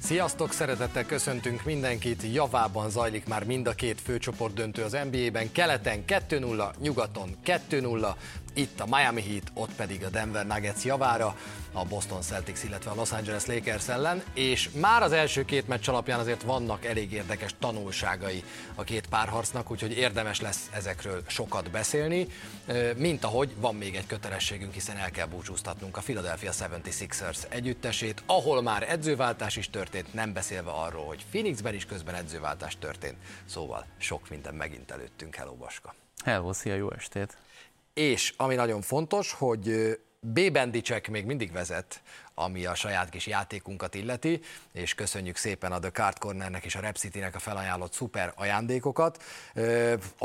Sziasztok, szeretettel köszöntünk mindenkit, javában zajlik már mind a két főcsoportdöntő az NBA-ben, keleten 2-0, nyugaton 2-0, itt a Miami Heat, ott pedig a Denver Nuggets javára, a Boston Celtics, illetve a Los Angeles Lakers ellen, és már az első két meccs alapján azért vannak elég érdekes tanulságai a két párharcnak, úgyhogy érdemes lesz ezekről sokat beszélni, mint ahogy van még egy kötelességünk, hiszen el kell búcsúztatnunk a Philadelphia 76ers együttesét, ahol már edzőváltás is történt, nem beszélve arról, hogy Phoenixben is közben edzőváltás történt, szóval sok minden megint előttünk. Hello, Baska! Hello, szia, jó estét! És ami nagyon fontos, hogy B. Bendicek még mindig vezet, ami a saját kis játékunkat illeti, és köszönjük szépen a The Card Cornernek és a Rep City-nek a felajánlott szuper ajándékokat. A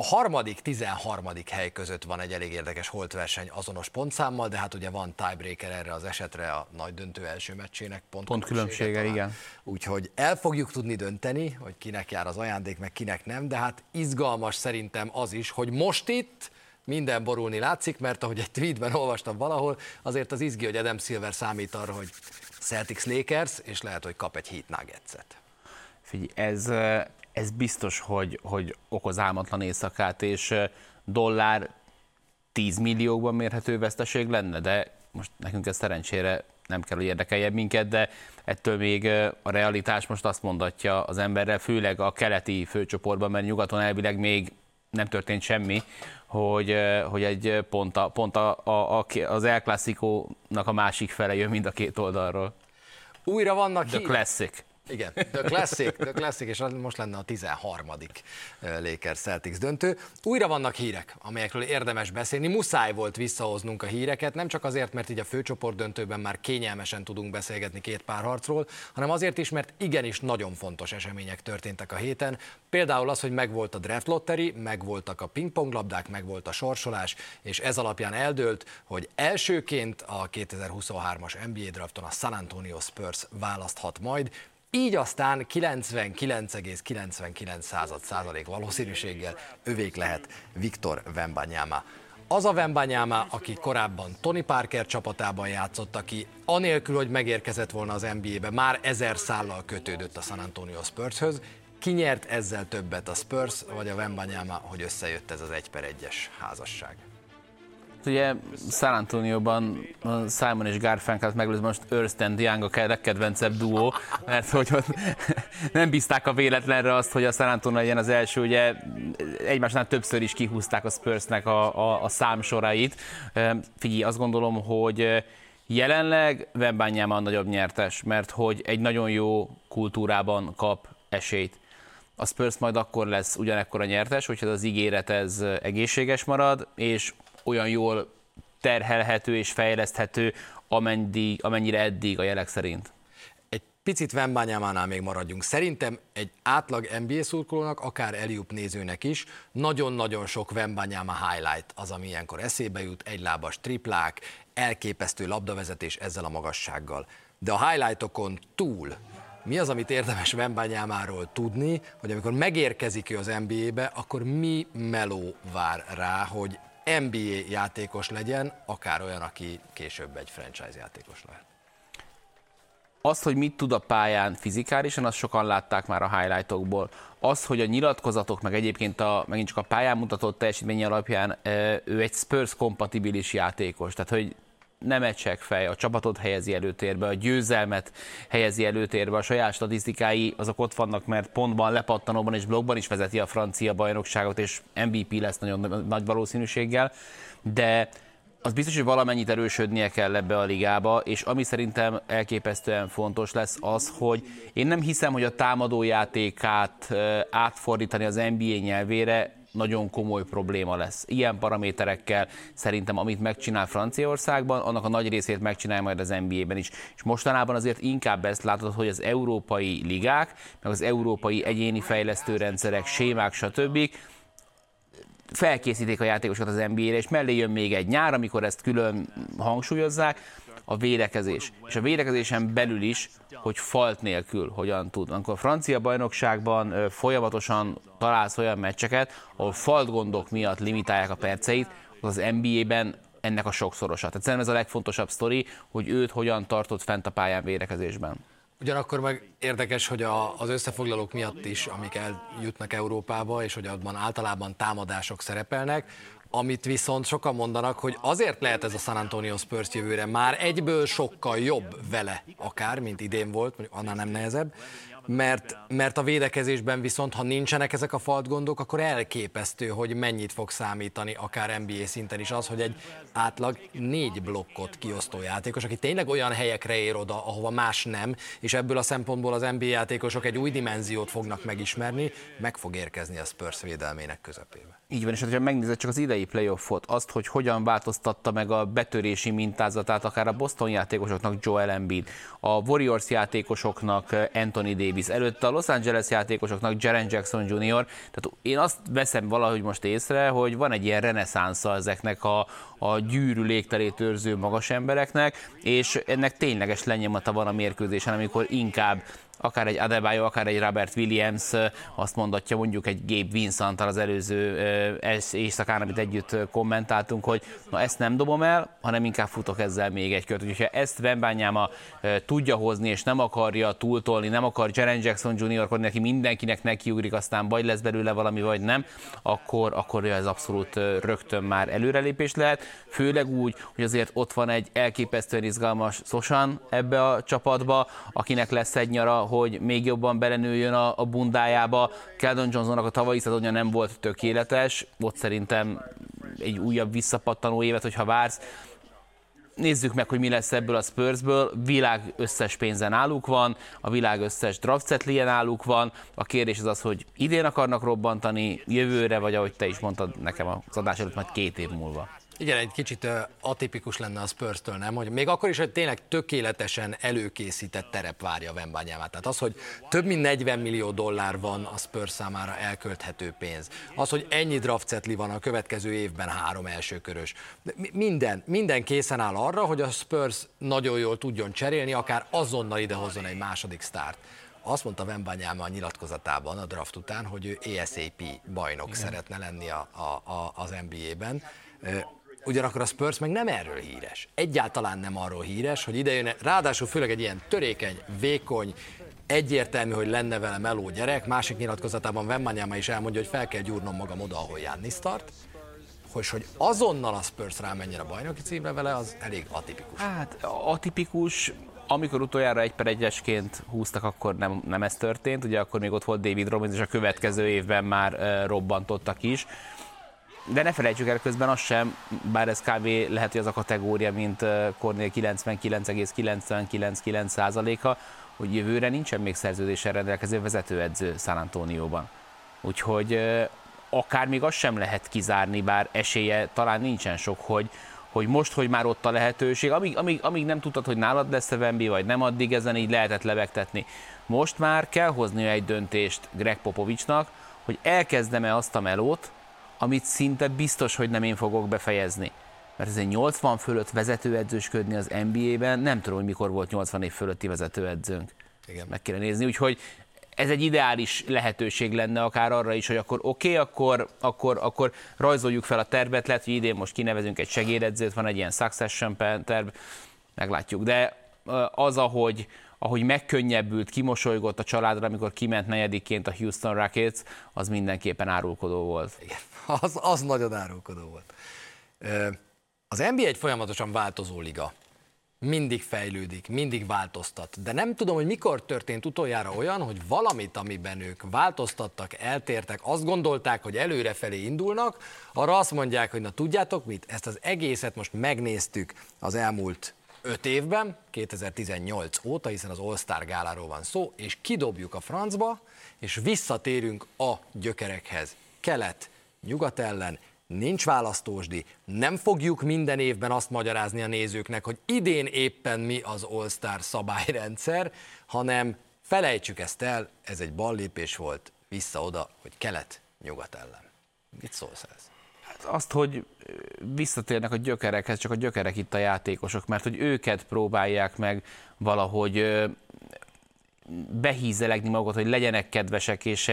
13. hely között van egy elég érdekes holtverseny azonos pontszámmal, de hát ugye van tiebreaker erre az esetre a nagy döntő első meccsének pontkülönbsége, igen. Úgyhogy el fogjuk tudni dönteni, hogy kinek jár az ajándék, meg kinek nem, de hát izgalmas szerintem az is, hogy most itt minden borulni látszik, mert ahogy egy tweetben olvastam valahol, azért az izgi, hogy Adam Silver számít arra, hogy Celtics Lakers, és lehet, hogy kap egy Heat Nuggets-et. Figyelj, ez biztos, hogy okoz álmatlan éjszakát, és dollár 10 milliókban mérhető veszteség lenne, de most nekünk ez szerencsére nem kell, hogy érdekeljen minket, de ettől még a realitás most azt mondatja az emberrel, főleg a keleti főcsoportban, mert nyugaton elvileg még nem történt semmi, hogy egy pont az El Clásico-nak a másik fele jön mind a két oldalról. Újra vannak The Classic. Igen, The Classic, és most lenne a 13. Lakers Celtics döntő. Újra vannak hírek, amelyekről érdemes beszélni. Muszáj volt visszahoznunk a híreket, nem csak azért, mert így a főcsoport döntőben már kényelmesen tudunk beszélgetni két párharcról, hanem azért is, mert igenis nagyon fontos események történtek a héten. Például az, hogy megvolt a draft lottery, megvoltak a pingponglabdák, megvolt a sorsolás, és ez alapján eldőlt, hogy elsőként a 2023-as NBA drafton a San Antonio Spurs választhat majd. Így aztán 99,99% valószínűséggel övék lehet Victor Wembanyama. Az a Wembanyama, aki korábban Tony Parker csapatában játszott, aki anélkül, hogy megérkezett volna az NBA-be, már 1000 szállal kötődött a San Antonio Spurshöz. Ki nyert ezzel többet, a Spurs vagy a Wembanyama, hogy összejött ez az 1/1-es házasság? Ugye San Antonióban Simon és Garfunkel meglőzve most Ernst and Young a legkedvencebb duó, mert hogy ott nem bízták a véletlenre azt, hogy a San Antonio legyen az első, ugye egymásnál többször is kihúzták a Spursnek a számsorait. Figyelj, azt gondolom, hogy jelenleg Wembanyama a nagyobb nyertes, mert hogy egy nagyon jó kultúrában kap esélyt. A Spurs majd akkor lesz ugyanekkor a nyertes, hogyha az ígéret ez egészséges marad, és olyan jól terhelhető és fejleszthető, amennyire eddig a jelek szerint. Egy picit Wembanyamánál még maradjunk. Szerintem egy átlag NBA szurkolónak, akár Eliup nézőnek is nagyon-nagyon sok Wembanyama highlight az, ami ilyenkor eszébe jut, egylábas triplák, elképesztő labdavezetés ezzel a magassággal. De a highlightokon túl mi az, amit érdemes Wembanyamáról tudni, hogy amikor megérkezik ő az NBA-be, akkor mi meló vár rá, hogy NBA játékos legyen, akár olyan, aki később egy franchise játékos lehet? Az, hogy mit tud a pályán fizikálisan, azt sokan látták már a highlightokból. Az, hogy a nyilatkozatok, meg egyébként megint csak a pályán mutatott teljesítmény alapján ő egy Spurs-kompatibilis játékos, tehát hogy nem egy csekkfej, a csapatot helyezi előtérbe, a győzelmet helyezi előtérbe, a saját statisztikái azok ott vannak, mert pontban, lepattanóban és blokkban is vezeti a francia bajnokságot, és MVP lesz nagyon nagy valószínűséggel, de az biztos, hogy valamennyit erősödnie kell ebbe a ligába, és ami szerintem elképesztően fontos lesz az, hogy én nem hiszem, hogy a támadójátékát átfordítani az NBA nyelvére nagyon komoly probléma lesz. Ilyen paraméterekkel szerintem, amit megcsinál Franciaországban, annak a nagy részét megcsinálja majd az NBA-ben is. És mostanában azért inkább ezt látod, hogy az európai ligák, meg az európai egyéni fejlesztőrendszerek, sémák, stb. Felkészítik a játékosokat az NBA-re, és mellé jön még egy nyár, amikor ezt külön hangsúlyozzák, a védekezés. És a védekezésen belül is, hogy falt nélkül hogyan tud. Amikor a francia bajnokságban folyamatosan találsz olyan meccseket, ahol faltgondok miatt limitálják a perceit, az NBA-ben ennek a sokszorosa. Tehát szerintem ez a legfontosabb sztori, hogy őt hogyan tartott fent a pályán védekezésben. Ugyanakkor meg érdekes, hogy az összefoglalók miatt is, amik eljutnak Európába, és hogy abban általában támadások szerepelnek, amit viszont sokan mondanak, hogy azért lehet ez a San Antonio Spurs jövőre már egyből sokkal jobb vele akár, mint idén volt, mondjuk annál nem nehezebb, mert a védekezésben viszont, ha nincsenek ezek a faltgondok, akkor elképesztő, hogy mennyit fog számítani akár NBA szinten is az, hogy egy átlag 4 blokkot kiosztó játékos, aki tényleg olyan helyekre ér oda, ahova más nem, és ebből a szempontból az NBA játékosok egy új dimenziót fognak megismerni, meg fog érkezni a Spurs védelmének közepébe. Így van, és ha megnézed csak az idei playoffot, azt, hogy hogyan változtatta meg a betörési mintázatát akár a Boston játékosoknak Joel Embiid, a Warriors játékosoknak Anthony Davis, előtte a Los Angeles játékosoknak Jaren Jackson Jr. Tehát én azt veszem valahogy most észre, hogy van egy ilyen reneszánsza ezeknek a gyűrű légterét őrző magas embereknek, és ennek tényleges lenyomata van a mérkőzésen, amikor inkább akár egy Adebayo, akár egy Robert Williams azt mondatja, mondjuk egy Gabe Vincent-tal az előző éjszakán, amit együtt kommentáltunk, hogy na ezt nem dobom el, hanem inkább futok ezzel még egy kört. Úgyhogy ha ezt Wembanyama tudja hozni, és nem akarja túltolni, nem akar Jaren Jackson Jr. neki mindenkinek nekiugrik, aztán vagy lesz belőle valami, vagy nem, akkor ez abszolút rögtön már előrelépés lehet. Főleg úgy, hogy azért ott van egy elképesztően izgalmas Sosan ebbe a csapatba, akinek lesz egy nyara, hogy még jobban belenőjön a bundájába. Keldon Johnsonnak a tavalyi szezonja nem volt tökéletes, ott szerintem egy újabb visszapattanó évet, hogyha vársz. Nézzük meg, hogy mi lesz ebből a Spursből. Világ összes pénze náluk van, a világ összes draft setlije náluk van. A kérdés az, hogy idén akarnak robbantani, jövőre, vagy ahogy te is mondtad nekem az adás előtt, majd 2 év múlva. Igen, egy kicsit atipikus lenne a Spurs-től, nem? Hogy még akkor is, hogy tényleg tökéletesen előkészített terep várja Wembanyamát. Tehát az, hogy több mint $40 millió van a Spurs számára elkölthető pénz. Az, hogy ennyi draft setli van a következő évben 3 elsőkörös. Minden készen áll arra, hogy a Spurs nagyon jól tudjon cserélni, akár azonnal idehozzon egy második sztárt. Azt mondta Wembanyama a nyilatkozatában a draft után, hogy ő ASAP bajnok szeretne lenni az NBA-ben. Ugyanakkor a Spurs meg nem erről híres. Egyáltalán nem arról híres, hogy idejön, ráadásul főleg egy ilyen törékeny, vékony, egyértelmű, hogy lenne vele meló gyerek. Másik nyilatkozatában Wembanyama is elmondja, hogy fel kell gyúrnom magam oda, ahol Giannis tart. Hogy azonnal a Spurs rámenjen a bajnoki címre vele, az elég atipikus. Hát atipikus, amikor utoljára 1-1-esként húztak, akkor nem ez történt. Ugye akkor még ott volt David Robinson, és a következő évben már robbantottak is. De ne felejtsük el közben azt sem, bár ez kb. Lehet, hogy az a kategória, mint Cornél 99,999%-a, hogy jövőre nincsen még szerződéssel rendelkező vezetőedző San Antonióban. Úgyhogy akár még azt sem lehet kizárni, bár esélye talán nincsen sok, hogy most, hogy már ott a lehetőség, amíg nem tudtad, hogy nálad lesz a Wemby, vagy nem, addig ezen így lehetett lebegtetni. Most már kell hoznia egy döntést Greg Popovicsnak, hogy elkezdem-e azt a melót, amit szinte biztos, hogy nem én fogok befejezni. Mert ez egy 80 fölött vezetőedzősködni az NBA-ben, nem tudom, hogy mikor volt 80 év fölötti vezetőedzőnk. Igen. Meg kéne nézni, úgyhogy ez egy ideális lehetőség lenne akár arra is, hogy akkor akkor rajzoljuk fel a tervet, lehet, hogy idén most kinevezünk egy segédedzőt, van egy ilyen succession terv, meglátjuk. De az, ahogy megkönnyebbült, kimosolygott a családra, amikor kiment negyedikként a Houston Rockets, az mindenképpen árulkodó volt. Igen, az nagyon árulkodó volt. Az NBA egy folyamatosan változó liga. Mindig fejlődik, mindig változtat. De nem tudom, hogy mikor történt utoljára olyan, hogy valamit, amiben ők változtattak, eltértek, azt gondolták, hogy előrefelé indulnak, arra azt mondják, hogy na tudjátok mit, ezt az egészet most megnéztük az elmúlt 5 évben, 2018 óta, hiszen az All-Star gáláról van szó, és kidobjuk a francba, és visszatérünk a gyökerekhez. Kelet, nyugat ellen, nincs választósdi, nem fogjuk minden évben azt magyarázni a nézőknek, hogy idén éppen mi az All-Star szabályrendszer, hanem felejtsük ezt el, ez egy ballépés volt, vissza oda, hogy kelet, nyugat ellen. Mit szólsz ez? Azt, hogy visszatérnek a gyökerekhez, csak a gyökerek itt a játékosok, mert hogy őket próbálják meg valahogy behízelegni magukat, hogy legyenek kedvesek, és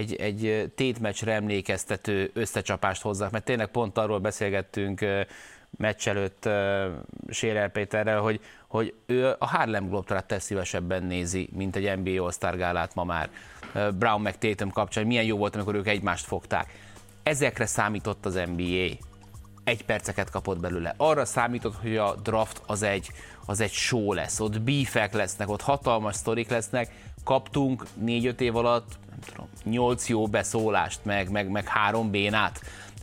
egy tétmeccsre emlékeztető összecsapást hozzák, mert tényleg pont arról beszélgettünk meccs előtt Scherer Péterrel, hogy ő a Harlem Globetrottert szívesebben nézi, mint egy NBA All-Star gálát ma már. Brown meg Tatum kapcsán, milyen jó volt, amikor ők egymást fogták. Ezekre számított az NBA. 1 perceket kapott belőle. Arra számított, hogy a draft az egy show lesz, ott beefek lesznek, ott hatalmas sztorik lesznek. Kaptunk 4-5 év alatt, nem tudom, 8 jó beszólást, meg 3 bénát.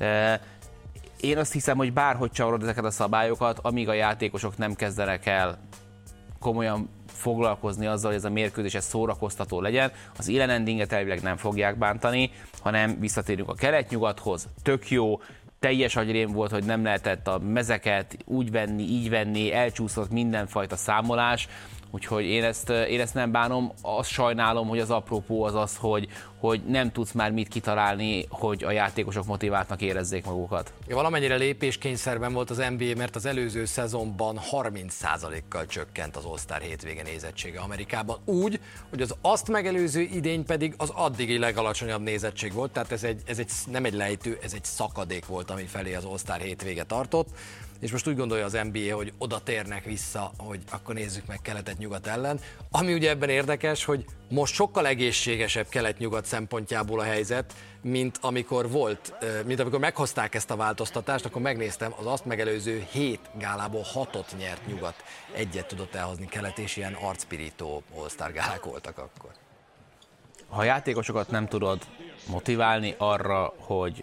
Én azt hiszem, hogy bárhogy csavarod ezeket a szabályokat, amíg a játékosok nem kezdenek el komolyan foglalkozni azzal, hogy ez a mérkőzés ez szórakoztató legyen, az Ilan Endinget elvileg nem fogják bántani, hanem visszatérünk a kelet-nyugathoz, tök jó, teljes agyrém volt, hogy nem lehetett a mezeket úgy venni, így venni, elcsúszott mindenfajta számolás, úgyhogy én ezt nem bánom, azt sajnálom, hogy az apropó az, hogy nem tudsz már mit kitalálni, hogy a játékosok motiváltnak érezzék magukat. Valamennyire lépéskényszerben volt az NBA, mert az előző szezonban 30%-kal csökkent az All-Star hétvége nézettsége Amerikában. Úgy, hogy az azt megelőző idény pedig az addigi legalacsonyabb nézettség volt, tehát ez nem egy lejtő, ez egy szakadék volt, ami felé az All-Star hétvége tartott. És most úgy gondolja az NBA, hogy oda térnek vissza, hogy akkor nézzük meg keletet-nyugat ellen. Ami ugye ebben érdekes, hogy most sokkal egészségesebb kelet-nyugat szempontjából a helyzet, mint amikor meghozták ezt a változtatást, akkor megnéztem, az azt megelőző 7 gálából 6-ot nyert nyugat, 1-et tudott elhozni kelet, és ilyen arcpirító All-Star gálák voltak akkor. Ha a játékosokat nem tudod motiválni arra, hogy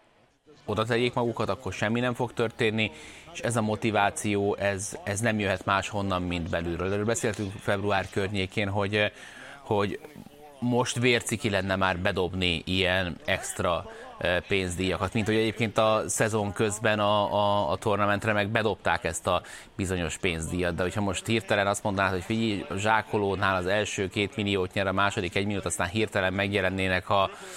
oda tegyék magukat, akkor semmi nem fog történni, és ez a motiváció, ez nem jöhet máshonnan, mint belülről. Erről beszéltünk február környékén, hogy most vérciki lenne már bedobni ilyen extra pénzdíjakat, mint hogy egyébként a szezon közben a tornamentre meg bedobták ezt a bizonyos pénzdíjat, de hogyha most hirtelen azt mondanád, hogy figyelj, a zsákolónál az első 2 milliót nyer, a második 1 milliót, aztán hirtelen megjelennének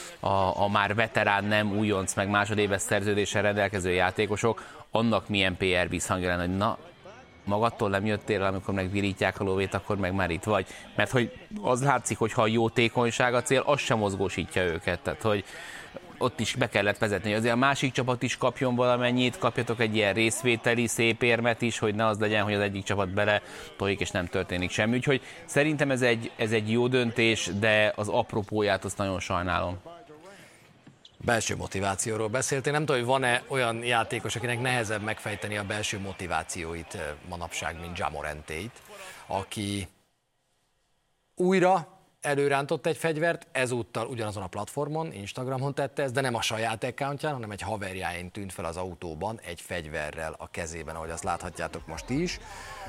a már veterán, nem újonc, meg másodéves szerződéssel rendelkező játékosok, annak milyen PR visszhangja lenne, hogy na, magadtól nem jöttél, amikor megvirítják a lóvét, akkor meg már itt vagy. Mert hogy az látszik, hogy ha a jótékonyság a cél, az sem mozgósítja őket. Tehát, hogy ott is be kellett vezetni, hogy azért a másik csapat is kapjon valamennyit, kapjatok egy ilyen részvételi szép érmet is, hogy ne az legyen, hogy az egyik csapat bele tojik, és nem történik semmi. Úgyhogy szerintem ez egy jó döntés, de az apropóját azt nagyon sajnálom. Belső motivációról beszéltél. Nem tudom, hogy van-e olyan játékos, akinek nehezebb megfejteni a belső motivációit manapság, mint Ja Morantéit, aki újra előrántott egy fegyvert, ezúttal ugyanazon a platformon, Instagramon tette ezt, de nem a saját accountján, hanem egy haverjáin tűnt fel az autóban egy fegyverrel a kezében, ahogy azt láthatjátok most is.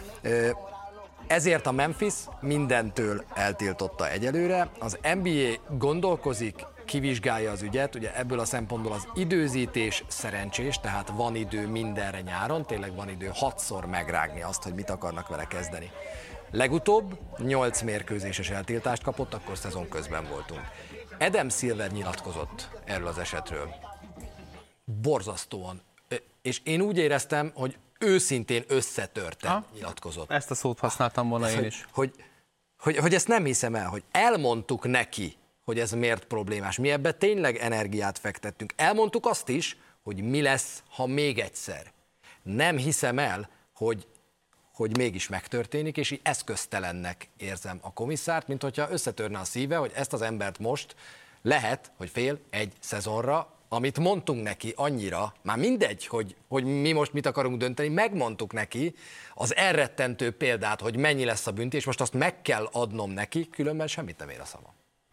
Ezért a Memphis mindentől eltiltotta egyelőre. Az NBA gondolkozik, kivizsgálja az ügyet, ugye ebből a szempontból az időzítés szerencsés, tehát van idő mindenre nyáron, tényleg van idő 6-szor megrágni azt, hogy mit akarnak vele kezdeni. Legutóbb 8 mérkőzéses eltiltást kapott, akkor szezon közben voltunk. Adam Silver nyilatkozott erről az esetről. Borzasztóan. És én úgy éreztem, hogy őszintén összetörten nyilatkozott. Ezt a szót használtam volna én is. Hogy ezt nem hiszem el, hogy elmondtuk neki, hogy ez miért problémás. Mi ebbe tényleg energiát fektettünk. Elmondtuk azt is, hogy mi lesz, ha még egyszer. Nem hiszem el, hogy mégis megtörténik, és így eszköztelennek érzem a komisszárt, mint hogyha összetörne a szíve, hogy ezt az embert most lehet, hogy fél egy szezonra, amit mondtunk neki annyira, már mindegy, hogy mi most mit akarunk dönteni, megmondtuk neki az elrettentő példát, hogy mennyi lesz a büntetés, most azt meg kell adnom neki, különben semmit nem ér a szava.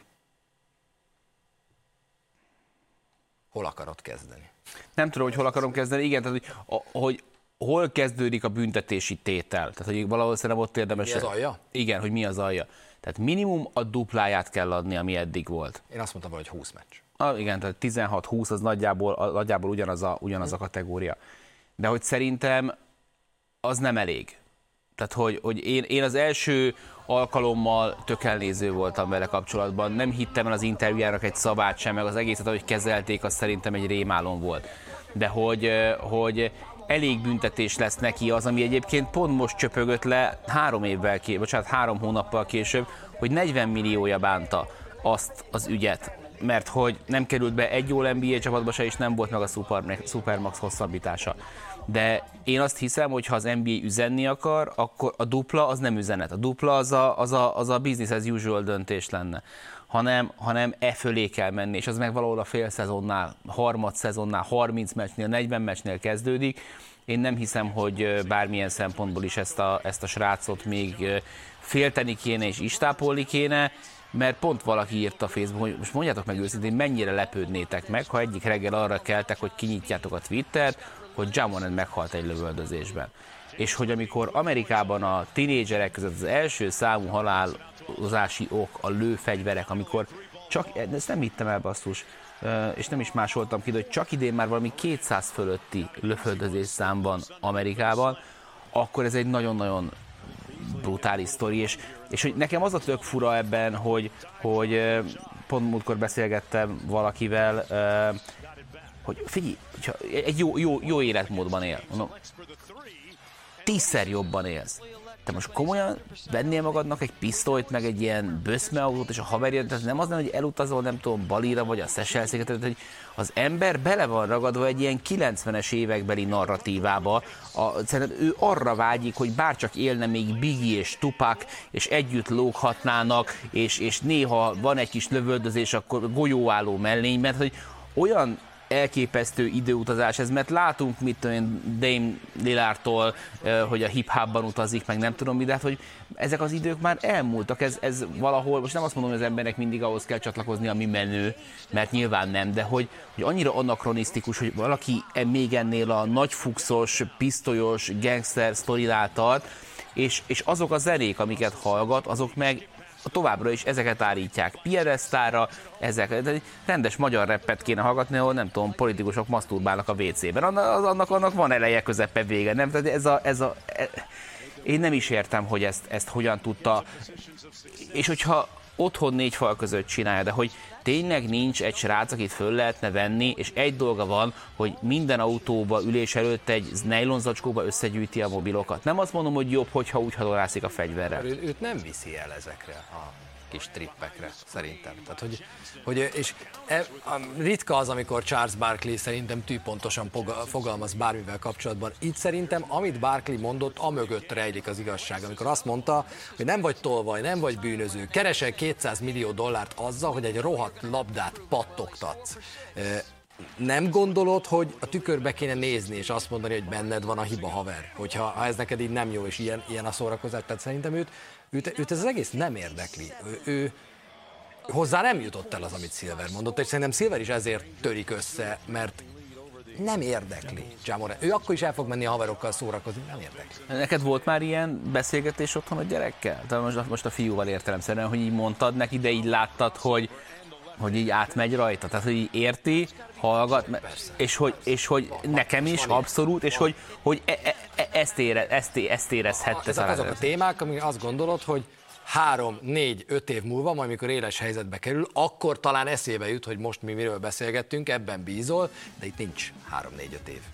Hol akarod kezdeni? Nem tudom, hogy hol akarom kezdeni, igen, tehát hogy hol kezdődik a büntetési tétel? Tehát, hogy valahol szerintem ott érdemes... Mi az alja? Igen, hogy mi az alja. Tehát minimum a dupláját kell adni, ami eddig volt. Én azt mondtam, hogy 20 meccs. Igen, tehát 16-20 az nagyjából ugyanaz a kategória. De hogy szerintem az nem elég. Tehát, hogy én az első alkalommal tök elnéző voltam vele kapcsolatban, nem hittem el az interjújának egy szavát sem, meg az egészet, ahogy kezelték, az szerintem egy rémálom volt. De hogy elég büntetés lesz neki az, ami egyébként pont most csöpögött le 3 hónappal később, hogy 40 milliója bánta azt az ügyet, mert hogy nem került be egy jól NBA csapatba se, és nem volt meg a Supermax hosszabbítása. De én azt hiszem, hogy ha az NBA üzenni akar, akkor a dupla az nem üzenet. A dupla az a business as usual döntés lenne. Hanem fölé kell menni, és az meg valahol a fél szezonnál, harmad szezonnál, 30 meccsnél, 40 meccsnél kezdődik. Én nem hiszem, hogy bármilyen szempontból is ezt a srácot még félteni kéne és istápolni kéne, mert pont valaki írta a Facebookon, hogy most mondjátok meg őszintén, mennyire lepődnétek meg, ha egyik reggel arra keltek, hogy kinyitjátok a Twittert, hogy Ja Morant meghalt egy lövöldözésben. És hogy amikor Amerikában a tinédzserek között az első számú halálozási ok a lőfegyverek, amikor csak, ezt nem hittem el, basszus, és nem is másoltam ki, de hogy csak idén már valami 200 fölötti lövöldözés számban Amerikában, akkor ez egy nagyon-nagyon brutális sztori, és hogy nekem az a tök fura ebben, hogy pont múltkor beszélgettem valakivel, hogy figyelj, egy jó életmódban él, mondom, 10-szer jobban élsz. Te most komolyan vennél magadnak egy pisztolyt, meg egy ilyen böszmeautót, és a haverjad, tehát nem az nem, hogy elutazol, nem tudom, Balira vagy a Seychelles-szigetre, hogy az ember bele van ragadva egy ilyen 90-es évekbeli narratívába. Szerintem ő arra vágyik, hogy bárcsak élne még Biggie és Tupac, és együtt lóghatnának, és néha van egy kis lövöldözés, akkor golyóálló mellény, mert hogy olyan elképesztő időutazás ez, mert látunk, mit tudom én, Dame Lillardtól, hogy a hip-hopban utazik, meg nem tudom mi, de hát, hogy ezek az idők már elmúltak, ez valahol, most nem azt mondom, hogy az embernek mindig ahhoz kell csatlakozni, ami menő, mert nyilván nem, de hogy annyira anakronisztikus, hogy valaki még ennél a nagyfuxos, pisztolyos, gangster sztorinál tart, és azok a zenék, amiket hallgat, azok meg továbbra is ezeket állítják piedesztára, ezek rendes magyar rappet kéne hallgatni, ahol nem tudom, politikusok maszturbálnak a WC-ben. Annak van eleje, közepe, vége, nem? Tehát én nem is értem, hogy ezt hogyan tudta, és hogyha otthon 4 fal között csinálja, de hogy tényleg nincs egy srác, akit föl lehetne venni, és egy dolga van, hogy minden autóba ülés előtt egy nylonzacskóba összegyűjti a mobilokat. Nem azt mondom, hogy jobb, hogyha úgy hadonászik a fegyverrel. Őt nem viszi el ezekre a kis trippekre, szerintem. Tehát, és ritka az, amikor Charles Barkley szerintem tűpontosan fogalmaz bármivel kapcsolatban. Itt szerintem, amit Barkley mondott, amögött rejlik az igazság. Amikor azt mondta, hogy nem vagy tolvaj, nem vagy bűnöző, keresel $200 millió azzal, hogy egy rohadt labdát pattogtatsz. Nem gondolod, hogy a tükörbe kéne nézni, és azt mondani, hogy benned van a hiba, haver? Hogyha ez neked így nem jó, és ilyen a szórakozás, tehát szerintem őt ez az egész nem érdekli. Ő hozzá nem jutott el az, amit Silver mondott, és szerintem Silver is ezért törik össze, mert nem érdekli Ja Morant. Ő akkor is el fog menni a haverokkal szórakozni, nem érdekli. Neked volt már ilyen beszélgetés otthon a gyerekkel? Tehát most a fiúval értelemszerűen, hogy így mondtad neki, de így láttad, hogy így átmegy rajta, tehát hogy így érti, hallgat, és hogy nekem is abszolút, és hogy ezt érezhette. Ezek azok a témák, amik azt gondolod, hogy 3-4-5 év múlva, majd mikor éles helyzetbe kerül, akkor talán eszébe jut, hogy most mi miről beszélgettünk, ebben bízol, de itt nincs 3-4-5 év,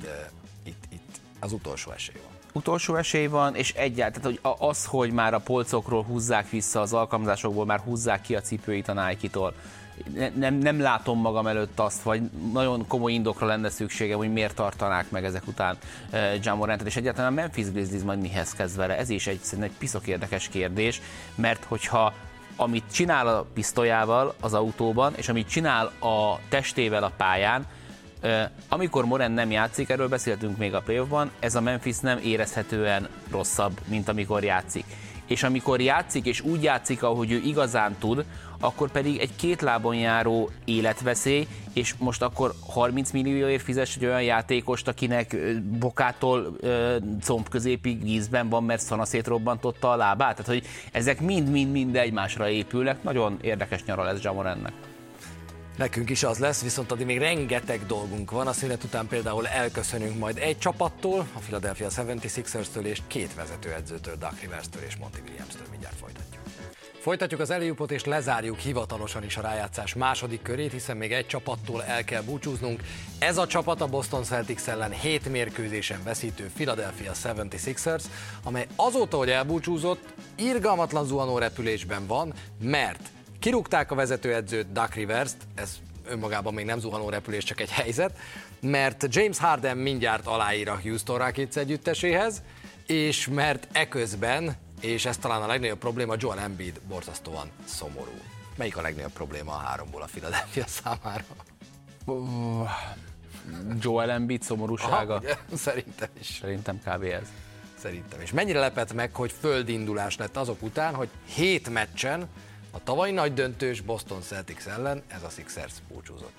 itt az utolsó esély van. Utolsó esély van, és egyáltalán az, hogy már a polcokról húzzák vissza, az alkalmazásokból már húzzák ki a cipőit a Nike-tól. Nem látom magam előtt azt, vagy nagyon komoly indokra lenne szükségem, hogy miért tartanák meg ezek után Ja Morantet, és egyáltalán a Memphis Grizzlies majd mihez kezd vele. Ez is szerintem egy piszok érdekes kérdés, mert hogyha amit csinál a pisztolyával az autóban, és amit csinál a testével a pályán, amikor Morant nem játszik, erről beszéltünk még a playoffban, ez a Memphis nem érezhetően rosszabb, mint amikor játszik. És amikor játszik, és úgy játszik, ahogy ő igazán tud, akkor pedig egy 2 lábon járó életveszély, és most akkor 30 millióért fizes egy olyan játékost, akinek bokától combközépig vízben van, mert szanaszét robbantotta a lábát. Tehát, hogy ezek mind egymásra épülnek. Nagyon érdekes nyara lesz Ja Morantnek. Nekünk is az lesz, viszont addig még rengeteg dolgunk van. A szünet után például elköszönünk majd egy csapattól, a Philadelphia 76ers-től és 2 vezetőedzőtől, Doc Rivers-től és Monty Williams-től. Mindjárt folytatjuk. Folytatjuk az alley-oopot és lezárjuk hivatalosan is a rájátszás második körét, hiszen még egy csapattól el kell búcsúznunk. Ez a csapat a Boston Celtics ellen 7 mérkőzésen veszítő Philadelphia 76ers, amely azóta, hogy elbúcsúzott, irgalmatlan zuhanó repülésben van, mert kirúgták a vezetőedzőt, Doc Rivers-t, ez önmagában még nem zuhanó repülés, csak egy helyzet, mert James Harden mindjárt aláír a Houston Rockets együtteséhez, és mert eközben, és ez talán a legnagyobb probléma, Joel Embiid borzasztóan szomorú. Melyik a legnagyobb probléma a háromból a Philadelphia számára? Joel Embiid szomorúsága? Aha, ugye? Szerintem is. Szerintem kb. Ez. Szerintem is. Mennyire lepett meg, hogy földindulás lett azok után, hogy 7 meccsen a tavalyi nagy döntős Boston Celtics ellen ez a Sixers búcsúzott.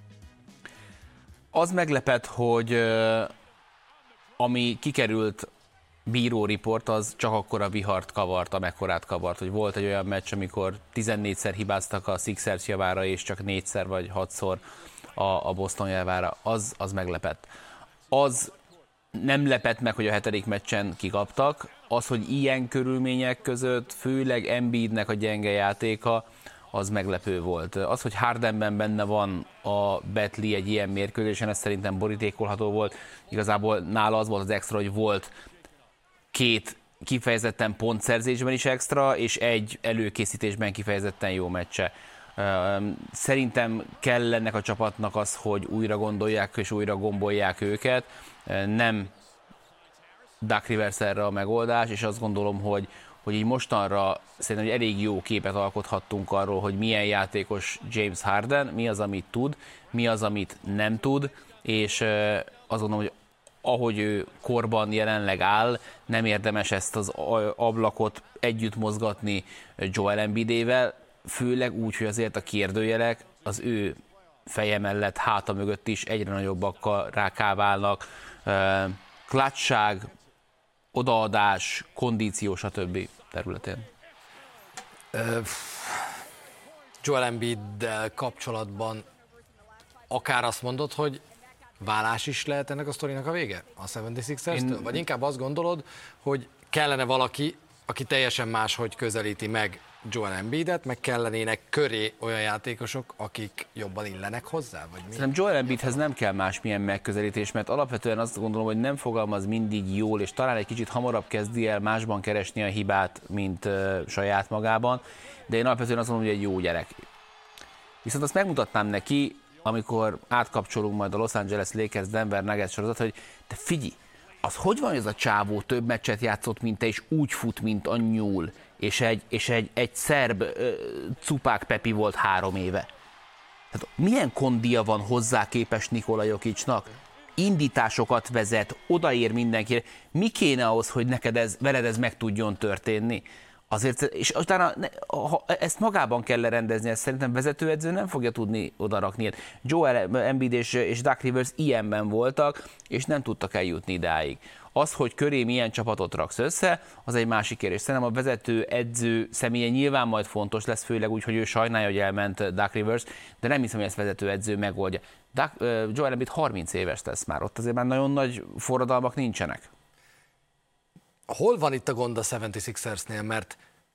Az meglepett, hogy ami kikerült bíróriport, az csak akkora vihart kavart, amekkorát kavart, hogy volt egy olyan meccs, amikor 14-szer hibáztak a Sixers javára, és csak 4-szer vagy 6-szor a Boston javára. Az meglepett. Az nem lepett meg, hogy a 7. meccsen kikaptak. Az, hogy ilyen körülmények között, főleg Embiidnek a gyenge játéka, az meglepő volt. Az, hogy Hardenben benne van a Betley egy ilyen mérkőzésen, ez szerintem borítékolható volt. Igazából nála az volt az extra, hogy volt 2 kifejezetten pontszerzésben is extra, és egy előkészítésben kifejezetten jó meccse. Szerintem kell ennek a csapatnak az, hogy újra gondolják és újra gombolják őket. Nem Doc Rivers erre a megoldás, és azt gondolom, hogy így mostanra szerintem egy elég jó képet alkothattunk arról, hogy milyen játékos James Harden, mi az, amit tud, mi az, amit nem tud, és azt gondolom, hogy ahogy ő korban jelenleg áll, nem érdemes ezt az ablakot együtt mozgatni Joel Embiidével, főleg úgy, hogy azért a kérdőjelek az ő feje mellett, háta mögött is egyre nagyobbakkal rákáválnak. Klatság, odaadás, kondíció, stb. Területén. Joel Embiiddel kapcsolatban akár azt mondod, hogy válás is lehet ennek a sztorinak a vége? A 76ers-től? Vagy inkább azt gondolod, hogy kellene valaki, aki teljesen máshogy közelíti meg Joel Embiidet, meg kellenének köré olyan játékosok, akik jobban illenek hozzá? Vagy mi? Szerintem Joel Embiidhez nem kell másmilyen megközelítés, mert alapvetően azt gondolom, hogy nem fogalmaz mindig jól, és talán egy kicsit hamarabb kezdi el másban keresni a hibát, mint saját magában, de én alapvetően azt gondolom, hogy egy jó gyerek. Viszont azt megmutatnám neki, amikor átkapcsolunk majd a Los Angeles Lakers Denver Nuggets sorozat, hogy te figyelj, az hogy van, hogy ez a csávó több meccset játszott, mint te, és úgy fut, mint a nyúl, és egy szerb Cupák Pepi volt 3 éve. Tehát milyen kondia van hozzá képest Nikola Jokićnak? Indításokat vezet, odaér mindenkire. Mi kéne ahhoz, hogy veled ez meg tudjon történni? Azért, és utána ezt magában kell lerendezni, ezt szerintem vezetőedző nem fogja tudni odarakni. Joel Embiid és Doc Rivers ilyenben voltak, és nem tudtak eljutni idáig. Az, hogy köré milyen csapatot raksz össze, az egy másik kérdés. Szerintem a vezetőedző személye nyilván majd fontos lesz, főleg úgy, hogy ő sajnálja, hogy elment Doc Rivers, de nem hiszem, hogy ezt vezetőedző megoldja. Joel Embiid 30 éves lesz már, ott azért már nagyon nagy forradalmak nincsenek. Hol van itt a gond a 76ersnél, mert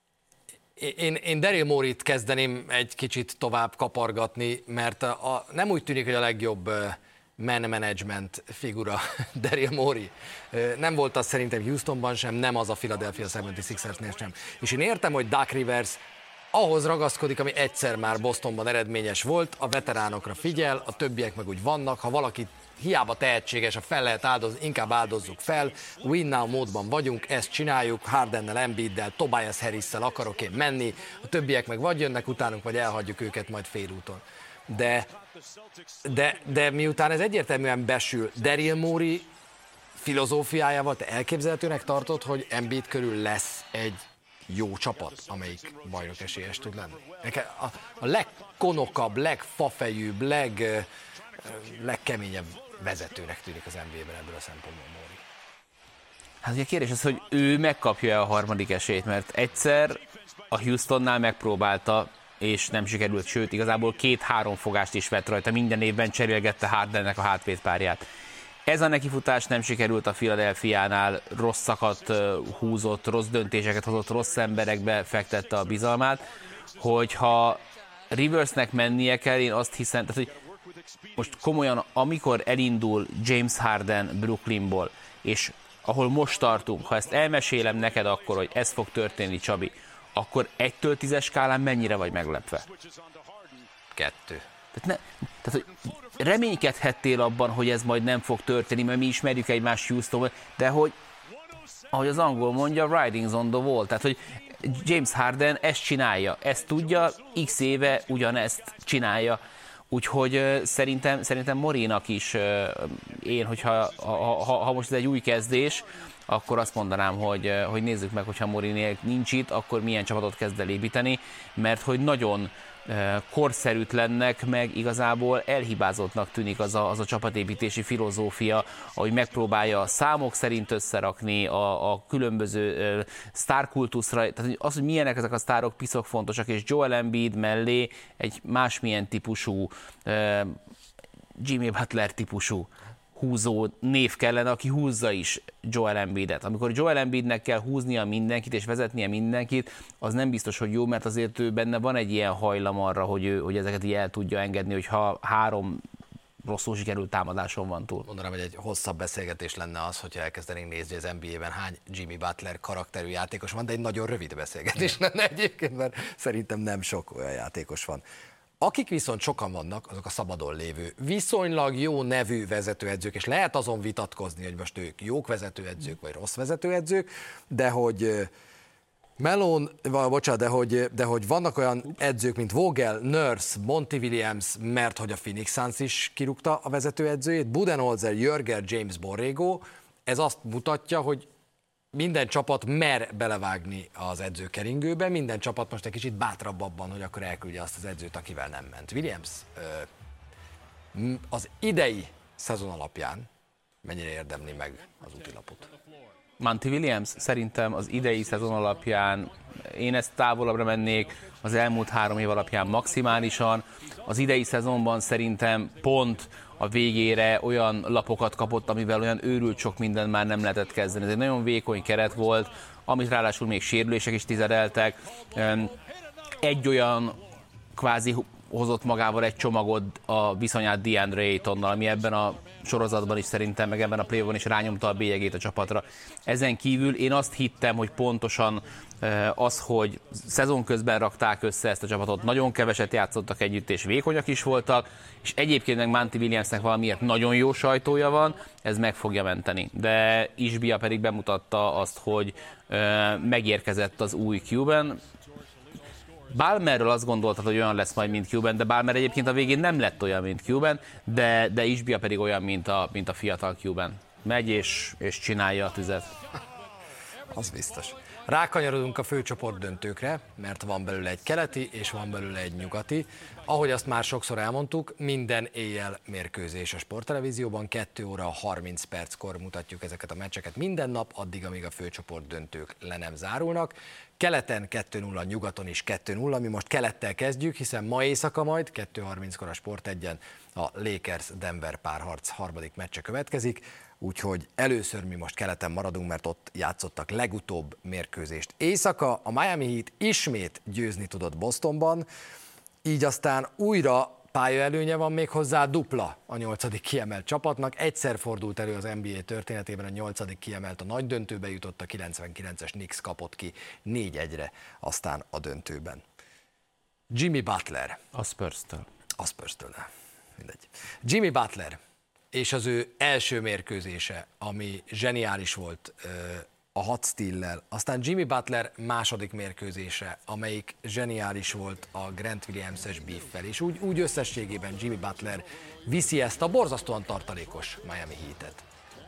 én Daryl Morey-t kezdeném egy kicsit tovább kapargatni, mert nem úgy tűnik, hogy a legjobb man management figura Daryl Morey. Nem volt az szerintem Houstonban sem, nem az a Philadelphia 76ersnél sem. És én értem, hogy Doc Rivers ahhoz ragaszkodik, ami egyszer már Bostonban eredményes volt, a veteránokra figyel, a többiek meg úgy vannak, ha valaki hiába tehetséges, ha fel lehet áldozni, inkább áldozzuk fel. Win now módban vagyunk, ezt csináljuk, Hardennel, Embiiddel, Tobias Harrisszel akarok én menni, a többiek meg vagy jönnek utánunk, vagy elhagyjuk őket majd félúton. De miután ez egyértelműen besül, Daryl Morey filozófiájával te elképzelhetőnek tartod, hogy Embiid körül lesz egy jó csapat, amelyik bajnok esélyes tud lenni? A legkonokabb, legfafejűbb, legkeményebb vezetőnek tűnik az NBA-ben ebből a szempontból Morey. Hát ugye kérdés az, hogy ő megkapja a harmadik esélyt, mert egyszer a Houstonnál megpróbálta, és nem sikerült, sőt, igazából 2-3 fogást is vett rajta, minden évben cserélgette Hardennek a hátvédpárját. Ez a nekifutás nem sikerült a Philadelphiánál, rosszakat húzott, rossz döntéseket hozott, rossz emberekbe fektette a bizalmát, hogyha Riversnek mennie kell, én azt hiszem, tehát, hogy most komolyan, amikor elindul James Harden Brooklynból, és ahol most tartunk, ha ezt elmesélem neked akkor, hogy ez fog történni, Csabi, akkor 1-től 10-es skálán mennyire vagy meglepve? 2. Tehát hogy reménykedhettél abban, hogy ez majd nem fog történni, mert mi ismerjük egymást Houstonban, de hogy, ahogy az angol mondja, writing's on the wall, tehát hogy James Harden ezt csinálja, ezt tudja, x éve ugyanezt csinálja, úgyhogy szerintem Morinak is én, ha most ez egy új kezdés, akkor azt mondanám, hogy nézzük meg, hogyha Mourinho nincs itt, akkor milyen csapatot kezd el építeni, mert hogy nagyon korszerűtlennek, meg igazából elhibázottnak tűnik az a csapatépítési filozófia, ahogy megpróbálja számok szerint összerakni a különböző sztárkultuszra, tehát az, hogy milyenek ezek a sztárok, piszok fontosak, és Joel Embiid mellé egy másmilyen típusú, Jimmy Butler típusú húzó név kellene, aki húzza is Joel Embiidet. Amikor Joel Embiidnek kell húznia mindenkit és vezetnie mindenkit, az nem biztos, hogy jó, mert azért ő benne van egy ilyen hajlam arra, hogy ezeket így el tudja engedni, hogyha 3 rosszul sikerült támadáson van túl. Mondanám, hogy egy hosszabb beszélgetés lenne az, hogyha elkezdenénk nézni az NBA-ben hány Jimmy Butler karakterű játékos van, de egy nagyon rövid beszélgetés lenne egyébként, mert szerintem nem sok olyan játékos van. Akik viszont sokan vannak, azok a szabadon lévő, viszonylag jó nevű vezetőedzők, és lehet azon vitatkozni, hogy most ők jók vezetőedzők, vagy rossz vezetőedzők, de hogy de hogy vannak olyan edzők, mint Vogel, Nurse, Monty Williams, mert hogy a Phoenix Suns is kirúgta a vezetőedzőjét, Budenholzer, Jörger, James Borrego, ez azt mutatja, hogy minden csapat mer belevágni az edzőkeringőbe, minden csapat most egy kicsit bátrabb abban, hogy akkor elküldje azt az edzőt, akivel nem ment. Williams az idei szezon alapján mennyire érdemli meg az útilapot? Monty Williams szerintem az idei szezon alapján, én ezt távolabbra mennék, az elmúlt 3 év alapján maximálisan. Az idei szezonban szerintem pont a végére olyan lapokat kapott, amivel olyan őrült sok mindent már nem lehetett kezdeni. Ez egy nagyon vékony keret volt, amit ráadásul még sérülések is tizedeltek. Egy olyan kvázi hozott magával egy csomagot a viszonyát DeAndre Aytonnal, ami ebben a sorozatban is szerintem, meg ebben a play-ban is rányomta a bélyegét a csapatra. Ezen kívül én azt hittem, hogy pontosan az, hogy szezon közben rakták össze ezt a csapatot, nagyon keveset játszottak együtt, és vékonyak is voltak, és egyébként meg Monty Williamsnek valamiért nagyon jó sajtója van, ez meg fogja menteni. De Ishbia pedig bemutatta azt, hogy megérkezett az új Cuban. Ballmerről azt gondoltad, hogy olyan lesz majd, mint Cuban, de Ballmer egyébként a végén nem lett olyan, mint Cuban, de Ishbia pedig olyan, mint a fiatal Cuban. Megy és csinálja a tüzet. Az biztos. Rákanyarodunk a főcsoport döntőkre, mert van belőle egy keleti és van belőle egy nyugati. Ahogy azt már sokszor elmondtuk, minden éjjel mérkőzés a sporttelevízióban, 2 óra 30 perckor mutatjuk ezeket a meccseket minden nap, addig, amíg a főcsoport döntők le nem zárulnak. Keleten 2-0, nyugaton is 2-0, mi most kelettel kezdjük, hiszen ma éjszaka majd 2:30-kor a Sport 1-en a Lakers-Denver párharc harmadik meccse következik, úgyhogy először mi most keleten maradunk, mert ott játszottak legutóbb mérkőzést. Éjszaka a Miami Heat ismét győzni tudott Bostonban, így aztán újra pályaelőnye van, még hozzá dupla a 8. kiemelt csapatnak. Egyszer fordult elő az NBA történetében, a 8. kiemelt a nagy döntőbe jutott, a 99-es Knicks kapott ki 4-1-re aztán a döntőben. Jimmy Butler. A Spurs-től. A Spurs-től, mindegy. Jimmy Butler és az ő első mérkőzése, ami zseniális volt a 6 steallel, aztán Jimmy Butler második mérkőzése, amelyik zseniális volt a Grant Williams-es beeffel, és úgy összességében Jimmy Butler viszi ezt a borzasztóan tartalékos Miami Heatet.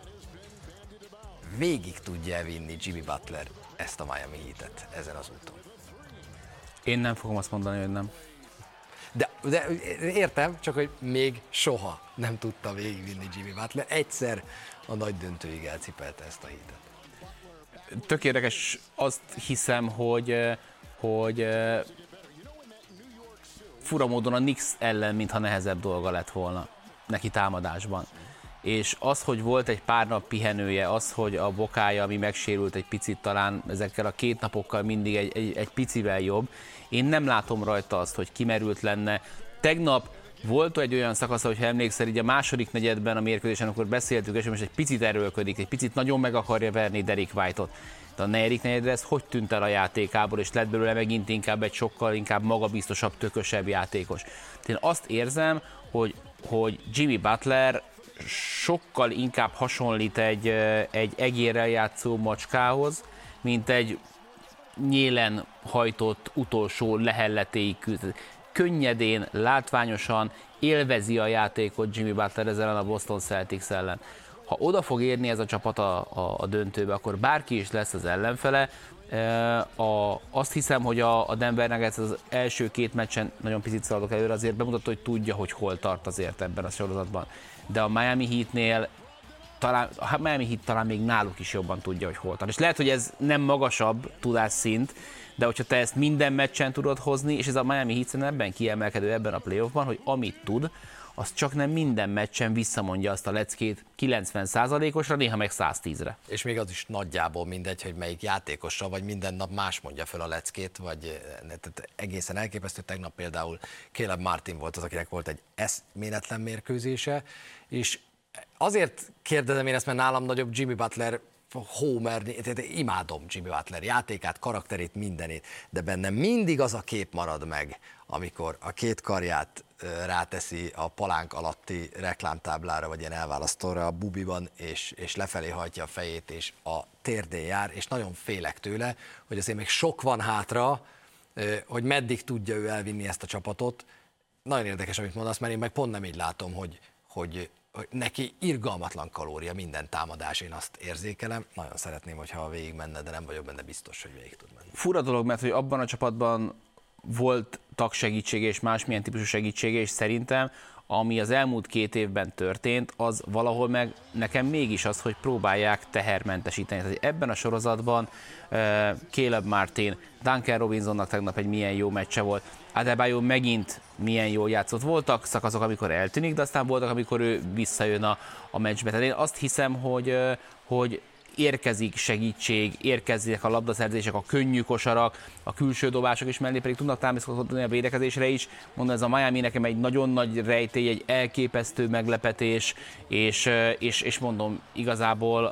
Végig tudja vinni Jimmy Butler ezt a Miami Heatet ezen az úton. Én nem fogom azt mondani, hogy nem. De értem, csak hogy még soha nem tudta végigvinni Jimmy Butler. Egyszer a nagy döntőig elcipelte ezt a Heatet. Tök érdekes, azt hiszem, hogy fura módon a Knicks ellen, mintha nehezebb dolga lett volna neki támadásban. És az, hogy volt egy pár nap pihenője, az, hogy a bokája, ami megsérült egy picit, talán ezekkel a 2 napokkal mindig egy picivel jobb, én nem látom rajta azt, hogy kimerült lenne. Tegnap volt egy olyan szakasz, hogyha emlékszel, így a második negyedben a mérkőzésen, akkor beszéltük, és most egy picit erőlködik, egy picit nagyon meg akarja verni Derrick White-ot. De a negyedik negyedre ez hogy tűnt el a játékából, és lett belőle megint inkább egy sokkal inkább magabiztosabb, tökösebb játékos. Én azt érzem, hogy Jimmy Butler sokkal inkább hasonlít egy egérrel játszó macskához, mint egy nyélen hajtott utolsó lehelletéig küzd. Könnyedén, látványosan élvezi a játékot Jimmy Butler ezzel a Boston Celtics ellen. Ha oda fog érni ez a csapat a döntőbe, akkor bárki is lesz az ellenfele. Azt hiszem, hogy a Denver Nuggets az első két meccsen, nagyon picit szaladok előre, azért bemutatta, hogy tudja, hogy hol tart azért ebben a sorozatban. De a Miami Heatnél Miami Heat talán még náluk is jobban tudja, hogy hol tart. És lehet, hogy ez nem magasabb tudásszint, de hogyha te ezt minden meccsen tudod hozni, és ez a Miami Heat ebben kiemelkedő ebben a playoffban, hogy amit tud, az csak nem minden meccsen visszamondja azt a leckét 90%-osra, néha meg 110-re. És még az is nagyjából mindegy, hogy melyik játékosra, vagy minden nap más mondja föl a leckét, vagy tehát egészen elképesztő. Tegnap például Caleb Martin volt az, akinek volt egy eszméletlen mérkőzése, és azért kérdezem én ezt, mert nálam nagyobb Jimmy Butler homer, imádom Jimmy Butler játékát, karakterét, mindenét, de bennem mindig az a kép marad meg, amikor a két karját ráteszi a palánk alatti reklámtáblára, vagy ilyen elválasztóra a bubiban, és lefelé hajtja a fejét, és a térdén jár, és nagyon félek tőle, hogy azért még sok van hátra, hogy meddig tudja ő elvinni ezt a csapatot. Nagyon érdekes, amit mondasz, mert én meg pont nem így látom, hogy neki irgalmatlan kalória minden támadás, én azt érzékelem. Nagyon szeretném, hogyha végig menne, de nem vagyok benne biztos, hogy végig tud menni. Fura dolog, mert hogy abban a csapatban volt tagsegítsége és másmilyen típusú segítsége, és szerintem, ami az elmúlt 2 évben történt, az valahol meg nekem mégis az, hogy próbálják tehermentesíteni. Tehát ebben a sorozatban Caleb Martin, Duncan Robinsonnak tegnap egy milyen jó meccse volt, Adebayo megint milyen jól játszott. Voltak szakaszok, amikor eltűnik, de aztán voltak, amikor ő visszajön a meccsbe. Tehát én azt hiszem, hogy érkezik segítség, érkeznek a labdaszerzések, a könnyű kosarak, a külső dobások is mellé pedig tudnak támaszkodni a védekezésre is. Mondom, ez a Miami nekem egy nagyon nagy rejtély, egy elképesztő meglepetés, és mondom, igazából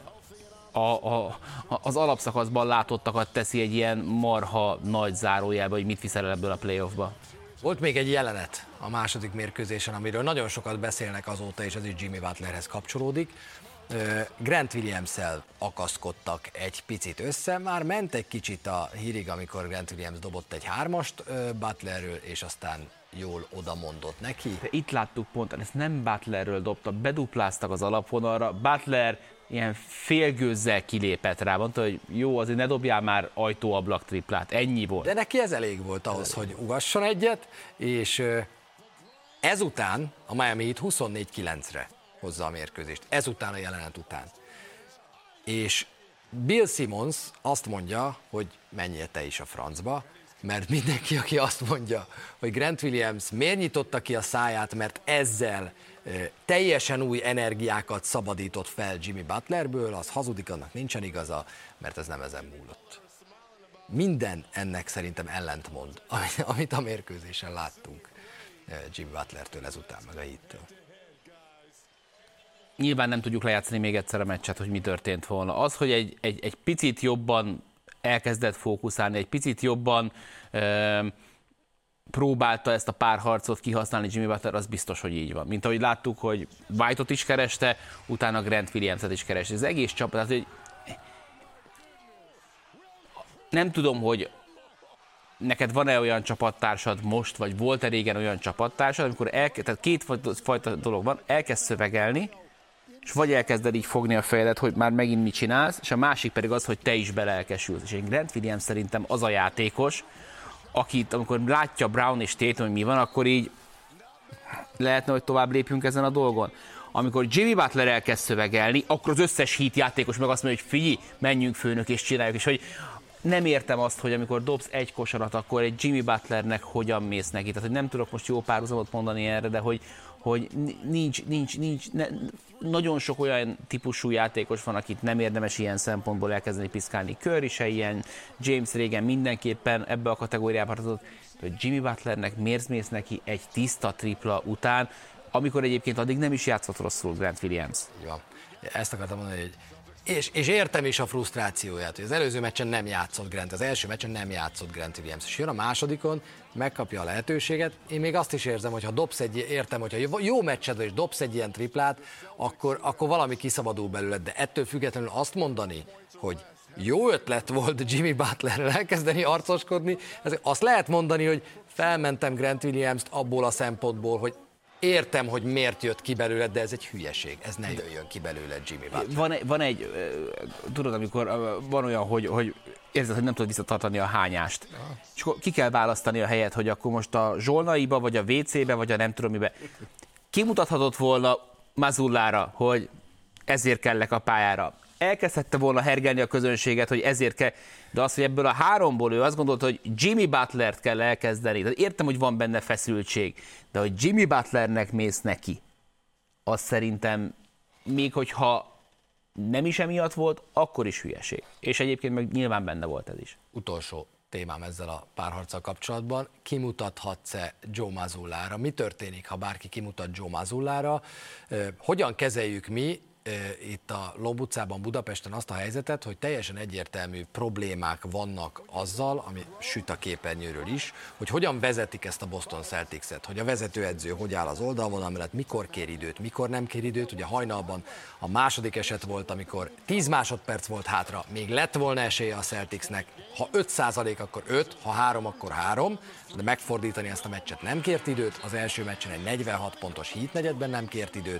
az alapszakaszban látottakat teszi egy ilyen marha nagy zárójelbe, hogy mit viszel el ebből a playoffba. Volt még egy jelenet a második mérkőzésen, amiről nagyon sokat beszélnek azóta, és ez is Jimmy Butlerhez kapcsolódik. Grant Williams-szel akaszkodtak egy picit össze, már ment egy kicsit a hírig, amikor Grant Williams dobott egy 3-ast Butlerről, és aztán jól oda mondott neki. De itt láttuk pont, ezt nem Butlerről dobta, bedupláztak az alapvonalra, Butler ilyen félgőzzel kilépett rá, mondta, hogy jó, azért ne dobjál már ajtóablak triplát, ennyi volt. De neki ez elég volt ahhoz, hogy ugasson egyet, és ezután a Miami Heat 24-9-re hozza a mérkőzést, ezután a jelenet után. És Bill Simmons azt mondja, hogy menjél te is a francba, mert mindenki, aki azt mondja, hogy Grant Williams miért nyitotta ki a száját, mert ezzel teljesen új energiákat szabadított fel Jimmy Butlerből, az hazudik, annak nincsen igaza, mert ez nem ezen múlott. Minden ennek szerintem ellentmond, amit a mérkőzésen láttunk Jimmy Butlertől ezután, meg a Heattől. Nyilván nem tudjuk lejátszani még egyszer a meccset, hogy mi történt volna. Az, hogy egy picit jobban elkezdett fókuszálni, egy picit jobban próbálta ezt a párharcot kihasználni Jimmy Butler, az biztos, hogy így van. Mint ahogy láttuk, hogy White-ot is kereste, utána Grant Williams-et is kereste. Az egész csapat, hogy nem tudom, hogy neked van-e olyan csapattársad most, vagy volt-e régen olyan csapattársad, amikor tehát kétfajta dolog van, elkezd szövegelni, és vagy elkezded így fogni a fejedet, hogy már megint mit csinálsz, és a másik pedig az, hogy te is belelkesülsz. És én Grant Williams szerintem az a játékos, akit amikor látja Brown és Tatum, hogy mi van, akkor így lehetne, hogy tovább lépjünk ezen a dolgon. Amikor Jimmy Butler elkezd szövegelni, akkor az összes Heat játékos meg azt mondja, hogy figyelj, menjünk főnök és csináljuk, és hogy nem értem azt, hogy amikor dobsz egy kosarat, akkor egy Jimmy Butlernek hogyan mész neki. Tehát, hogy nem tudok most jó párhuzamot mondani erre, de hogy nagyon sok olyan típusú játékos van, akit nem érdemes ilyen szempontból elkezdeni piszkálni. Curry se ilyen, James régen mindenképpen ebbe a kategóriába tartozott, hogy Jimmy Butlernek miért mész neki egy tiszta tripla után, amikor egyébként addig nem is játszott rosszul Grant Williams. Ja, ezt akartam mondani, hogy és értem is a frusztrációját, hogy az előző meccsen nem játszott Grant, az első meccsen nem játszott Grant Williams, és jön a másodikon, megkapja a lehetőséget. Én még azt is érzem, hogy ha dobsz hogyha jó meccsed és dobsz egy ilyen triplát, akkor valami kiszabadul belőled, de ettől függetlenül azt mondani, hogy jó ötlet volt Jimmy Butlerrel elkezdeni arcoskodni, azt lehet mondani, hogy felmentem Grant Williams-t abból a szempontból, hogy értem, hogy miért jött ki belőled, de ez egy hülyeség. Ez ne jöjjön ki belőled, Jimmy Butler. Van egy, tudod, amikor van olyan, hogy érzed, hogy nem tudod visszatartani a hányást. És akkor ki kell választani a helyet, hogy akkor most a zsolnaiba, vagy a WC-be, vagy a nem tudom mibe. Kimutathatott volna Mazzullāra, hogy ezért kellek a pályára. Elkezdhette volna hergelni a közönséget, hogy ezért kell, de az, hogy ebből a háromból ő azt gondolta, hogy Jimmy Butlert kell elkezdeni. Tehát értem, hogy van benne feszültség, de hogy Jimmy Butlernek mész neki, az szerintem, még hogyha nem is emiatt volt, akkor is hülyeség. És egyébként meg nyilván benne volt ez is. Utolsó témám ezzel a párharccal kapcsolatban. Kimutathatsz-e Joe Mazzullāra? Mi történik, ha bárki kimutat Joe Mazzullāra? Hogyan kezeljük mi itt a Lomb utcában Budapesten azt a helyzetet, hogy teljesen egyértelmű problémák vannak azzal, ami süt a képernyőről is, hogy hogyan vezetik ezt a Boston Celtics-et, hogy a vezetőedző hogy áll az oldalvonal mellett, mikor kér időt, mikor nem kér időt. Ugye hajnalban a második eset volt, amikor 10 másodperc volt hátra, még lett volna esélye a Celticsnek, ha 5%, akkor 5, ha 3, akkor 3, de megfordítani ezt a meccset nem kért időt, az első meccsen egy 46 pontos Heat negyedben nem kért időt.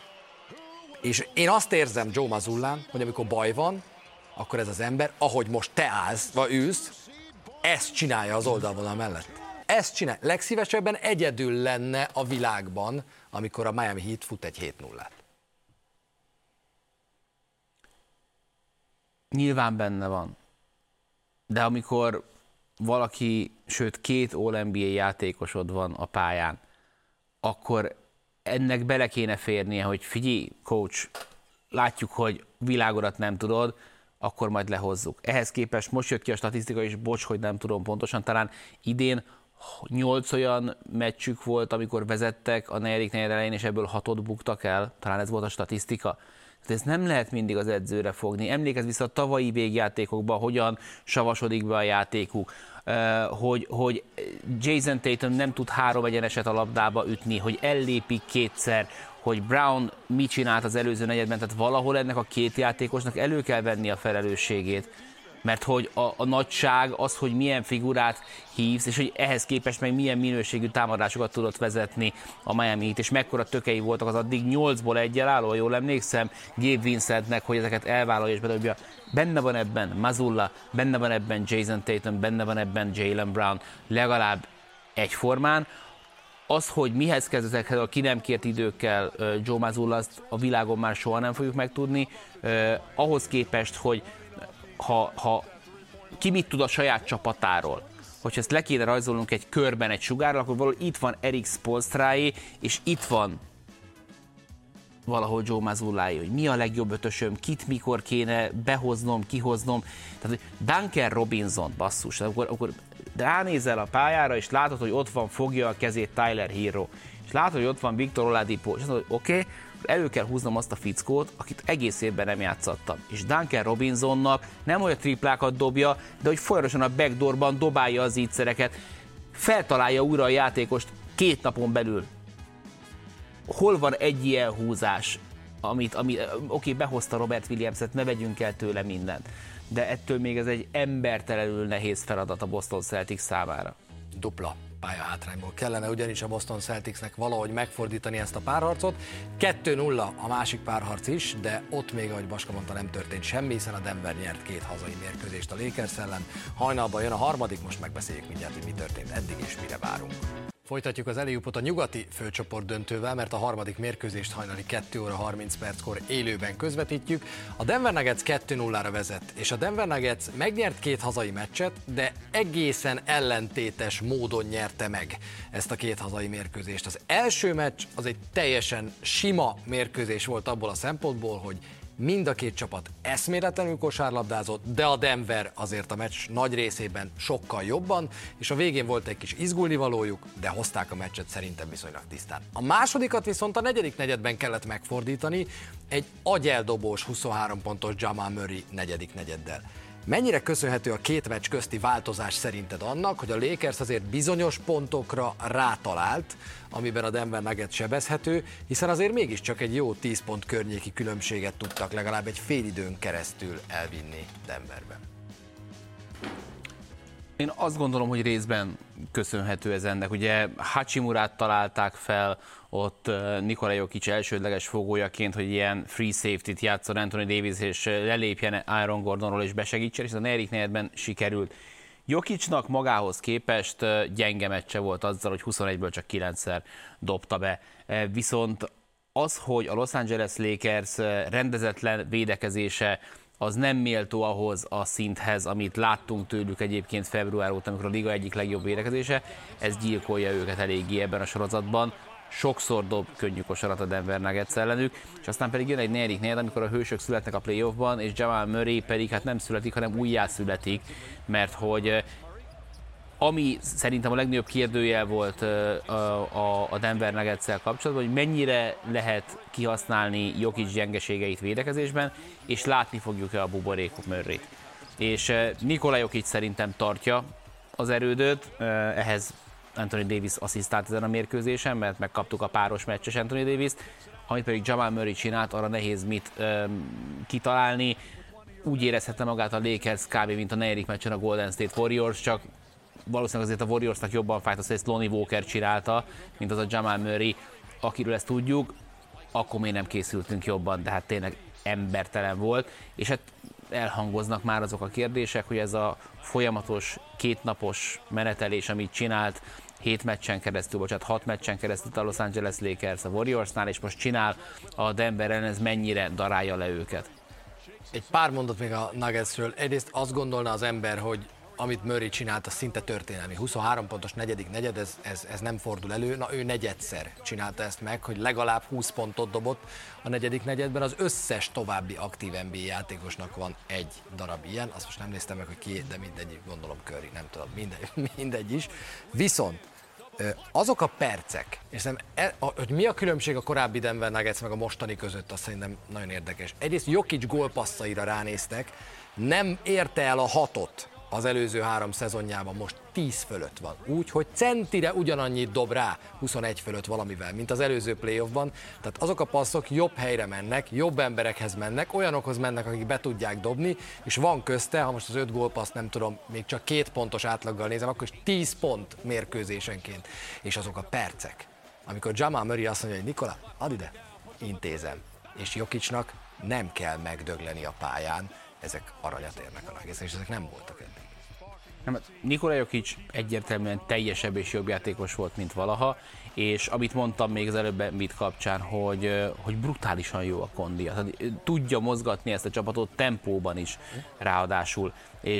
És én azt érzem Joe Mazzullán, hogy amikor baj van, akkor ez az ember, ahogy most te állsz, vagy ülsz, ezt csinálja az oldalvonal mellett. Ezt csinálja. Legszívesebben egyedül lenne a világban, amikor a Miami Heat fut egy 7-0-át. Nyilván benne van. De amikor valaki, sőt 2 All-NBA játékosod van a pályán, akkor ennek bele kéne férnie, hogy figyelj, coach, látjuk, hogy világodat nem tudod, akkor majd lehozzuk. Ehhez képest most jött ki a statisztika, és bocs, hogy nem tudom pontosan, talán idén 8 olyan meccsük volt, amikor vezettek a negyedik negyed elején, és ebből 6-ot buktak el, talán ez volt a statisztika. Tehát ezt nem lehet mindig az edzőre fogni. Emlékezz vissza a tavalyi végjátékokban, hogyan savasodik be a játékuk, hogy Jason Tatum nem tud 3 egyeneset a labdába ütni, hogy ellépik 2-szer, hogy Brown mit csinált az előző negyedben, tehát valahol ennek a 2 játékosnak elő kell venni a felelősségét, mert hogy a nagyság az, hogy milyen figurát hívsz, és hogy ehhez képest meg milyen minőségű támadásokat tudott vezetni a Miami Heat, és mekkora tökei voltak az addig 8-ból 1-jel álló, jól emlékszem, Gabe Vincentnek, hogy ezeket elvállalja és bedobja. Benne van ebben Mazzulla, benne van ebben Jason Tatum, benne van ebben Jaylen Brown, legalább egyformán. Az, hogy mihez kezd ezekhez a ki nem kért időkkel Joe Mazzulla, azt a világon már soha nem fogjuk megtudni. Ahhoz képest, hogy ha ki mit tud a saját csapatáról, hogyha ezt le kéne rajzolnunk egy körben, egy sugárral, akkor valahol itt van Erik Spoelstráé, és itt van valahol Joe Mazzullái, hogy mi a legjobb ötösöm, kit mikor kéne behoznom, kihoznom. Tehát, hogy Duncan Robinson, basszus, akkor ránézel a pályára, és látod, hogy ott van, fogja a kezét Tyler Hero, és látod, hogy ott van Victor Oladipo, és azt mondod, hogy oké, elő kell húznom azt a fickót, akit egész évben nem játszottam. És Duncan Robinsonnak nem olyan triplákat dobja, de hogy folyamatosan a backdoorban dobálja az ígyszereket, feltalálja újra a játékost 2 napon belül. Hol van egy ilyen húzás, amit oké, behozta Robert Williams-et, ne vegyünk el tőle mindent. De ettől még ez egy embertelenül nehéz feladat a Boston Celtics számára. Dupla pályahátrányból kellene ugyanis a Boston Celticsnek valahogy megfordítani ezt a párharcot. 2-0 a másik párharc is, de ott még, ahogy Baska mondta, nem történt semmi, hiszen a Denver nyert 2 hazai mérkőzést a Lakers ellen. Hajnalban jön a harmadik, most megbeszéljük mindjárt, hogy mi történt eddig és mire várunk. Folytatjuk az eléjúpot a nyugati főcsoport döntővel, mert a harmadik mérkőzést hajnali 2 óra 30 perckor élőben közvetítjük. A Denver Nuggets 2-0-ra vezet, és a Denver Nuggets megnyert 2 hazai meccset, de egészen ellentétes módon nyerte meg ezt a 2 hazai mérkőzést. Az első meccs az egy teljesen sima mérkőzés volt abból a szempontból, hogy mind a 2 csapat eszméletlenül kosárlabdázott, de a Denver azért a meccs nagy részében sokkal jobban, és a végén volt egy kis izgulnivalójuk, de hozták a meccset szerintem viszonylag tisztán. A másodikat viszont a negyedik negyedben kellett megfordítani, egy agyeldobós 23 pontos Jamal Murray negyedik negyeddel. Mennyire köszönhető a 2 meccs közti változás szerinted annak, hogy a Lakers azért bizonyos pontokra rátalált, amiben a Denver Nuggets sebezhető, hiszen azért mégiscsak egy jó 10 pont környéki különbséget tudtak legalább egy fél időn keresztül elvinni Denverbe? Én azt gondolom, hogy részben köszönhető ez ennek. Ugye Hachimurát találták fel ott Nikola Jokic elsődleges fogójaként, hogy ilyen free safety-t játszon Anthony Davis, és lelépjen Aaron Gordonról és besegítsen, és a negyedik negyedben sikerült. Jokicnak magához képest gyenge meccse volt azzal, hogy 21-ből csak 9-szer dobta be. Viszont az, hogy a Los Angeles Lakers rendezetlen védekezése az nem méltó ahhoz a szinthez, amit láttunk tőlük egyébként február óta, amikor a liga egyik legjobb védekezése, ez gyilkolja őket eléggé ebben a sorozatban. Sokszor dob könnyű kosarat a Denver Nuggets ellenük, és aztán pedig jön egy negyedik negyed, amikor a hősök születnek a playoffban, és Jamal Murray pedig hát nem születik, hanem újjászületik, mert hogy ami szerintem a legnagyobb kérdőjel volt a Denver Nuggets-szel kapcsolatban, hogy mennyire lehet kihasználni Jokic gyengeségeit védekezésben, és látni fogjuk-e a buborékok Murrayt. És Nikola Jokic szerintem tartja az erődöt, ehhez Anthony Davis asszisztált ezen a mérkőzésen, mert megkaptuk a páros meccses Anthony Davis-t, amit pedig Jamal Murray csinált, arra nehéz mit kitalálni. Úgy érezhette magát a Lakers kb. Mint a negyedik meccsen a Golden State Warriors, csak valószínűleg azért a Warriorsnak jobban fájt az, hogy ezt Lonnie Walker csinálta, mint az a Jamal Murray, akiről ezt tudjuk, akkor még nem készültünk jobban, de hát tényleg embertelen volt, és hát elhangoznak már azok a kérdések, hogy ez a folyamatos 2 napos menetelés, amit csinált 6 meccsen keresztül a Los Angeles Lakers a Warriorsnál, és most csinál a Denver ellen, ez mennyire darálja le őket. Egy pár mondat még a Nuggetsről. Egyrészt azt gondolna az ember, hogy amit Murray csinált, az szinte történelmi. 23 pontos negyedik negyed, ez nem fordul elő. Na, ő negyedszer csinálta ezt meg, hogy legalább 20 pontot dobott a negyedik negyedben. Az összes további aktív NBA játékosnak van egy darab ilyen. Azt most nem néztem meg, hogy ki, de mindegy, gondolom Curry, nem tudom, mindegy is. Viszont azok a percek, és hogy mi a különbség a korábbi Denver Nuggets meg a mostani között, azt szerintem nagyon érdekes. Egyrészt Jokic gólpasszaira ránéztek, nem érte el a 6-ot az előző 3 szezonjában, most 10 fölött van. Úgy, hogy centire ugyanannyit dob rá, 21 fölött valamivel, mint az előző playoffban. Tehát azok a passzok jobb helyre mennek, jobb emberekhez mennek, olyanokhoz mennek, akik be tudják dobni, és van közte, ha most az 5 gólpaszt nem tudom, még csak 2 pontos átlaggal nézem, akkor is 10 pont mérkőzésenként. És azok a percek, amikor Jamal Murray azt mondja, hogy Nikola, add ide, intézem. És Jokicnak nem kell megdögleni a pályán, ezek aranyat érnek a Nuggets, és ezek nem voltak eddig. Nikola Jokic egyértelműen teljesebb és jobb játékos volt, mint valaha, és amit mondtam még az előbb Embiid kapcsán, hogy brutálisan jó a kondia. Tehát tudja mozgatni ezt a csapatot tempóban is ráadásul,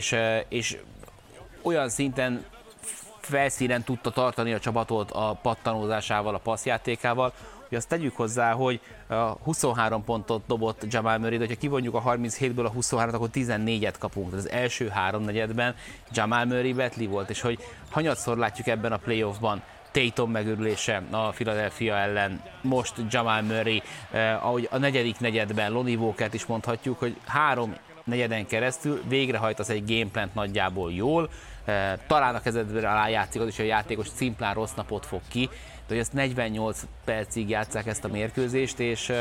és olyan szinten felszínen tudta tartani a csapatot a pattanózásával, a passzjátékával, hogy azt tegyük hozzá, hogy 23 pontot dobott Jamal Murray, de ha kivonjuk a 37-ből a 23-at, akkor 14-et kapunk. Tehát az első 3 negyedben Jamal Murray betli volt, és hogy hanyatszor látjuk ebben a playoffban Tatum megőrülése a Philadelphia ellen, most Jamal Murray, ahogy a negyedik negyedben Lonnie Walkert is mondhatjuk, hogy 3 negyeden keresztül végrehajtasz egy gameplant nagyjából jól, talán a kezedben alájátszik az is, hogy a játékos szimplán rossz napot fog ki, de hogy ezt 48 percig játsszák ezt a mérkőzést, és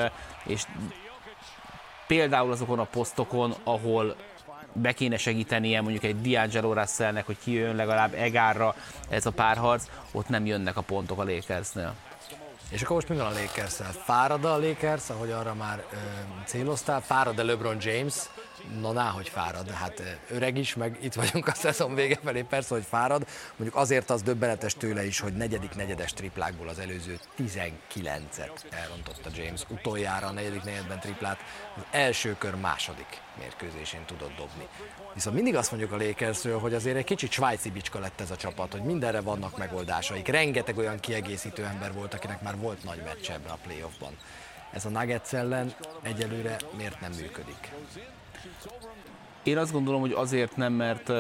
például azokon a posztokon, ahol be kéne segítenie mondjuk egy D'Angelo Russellnek, hogy kijöjjön legalább egárra ez a párharc, ott nem jönnek a pontok a Lakersnél. És akkor most mi van a Lakers-szel? Fárad a Lakers, ahogy arra már céloztál? Fárad-e LeBron James? hogy fárad, hát öreg is, meg itt vagyunk a szezon vége felé, persze, hogy fárad. Mondjuk azért az döbbenetes tőle is, hogy negyedes triplákból az előző 19-et elrontotta James. Utoljára a negyedik negyedben triplát az első kör második mérkőzésén tudott dobni. Viszont mindig azt mondjuk a Lakersről, hogy azért egy kicsit svájci bicska lett ez a csapat, hogy mindenre vannak megoldásaik. Rengeteg olyan kiegészítő ember volt, akinek már volt nagy meccse ebben a playoffban. Ez a Nuggets ellen egyelőre miért nem működik? Én azt gondolom, hogy azért nem, mert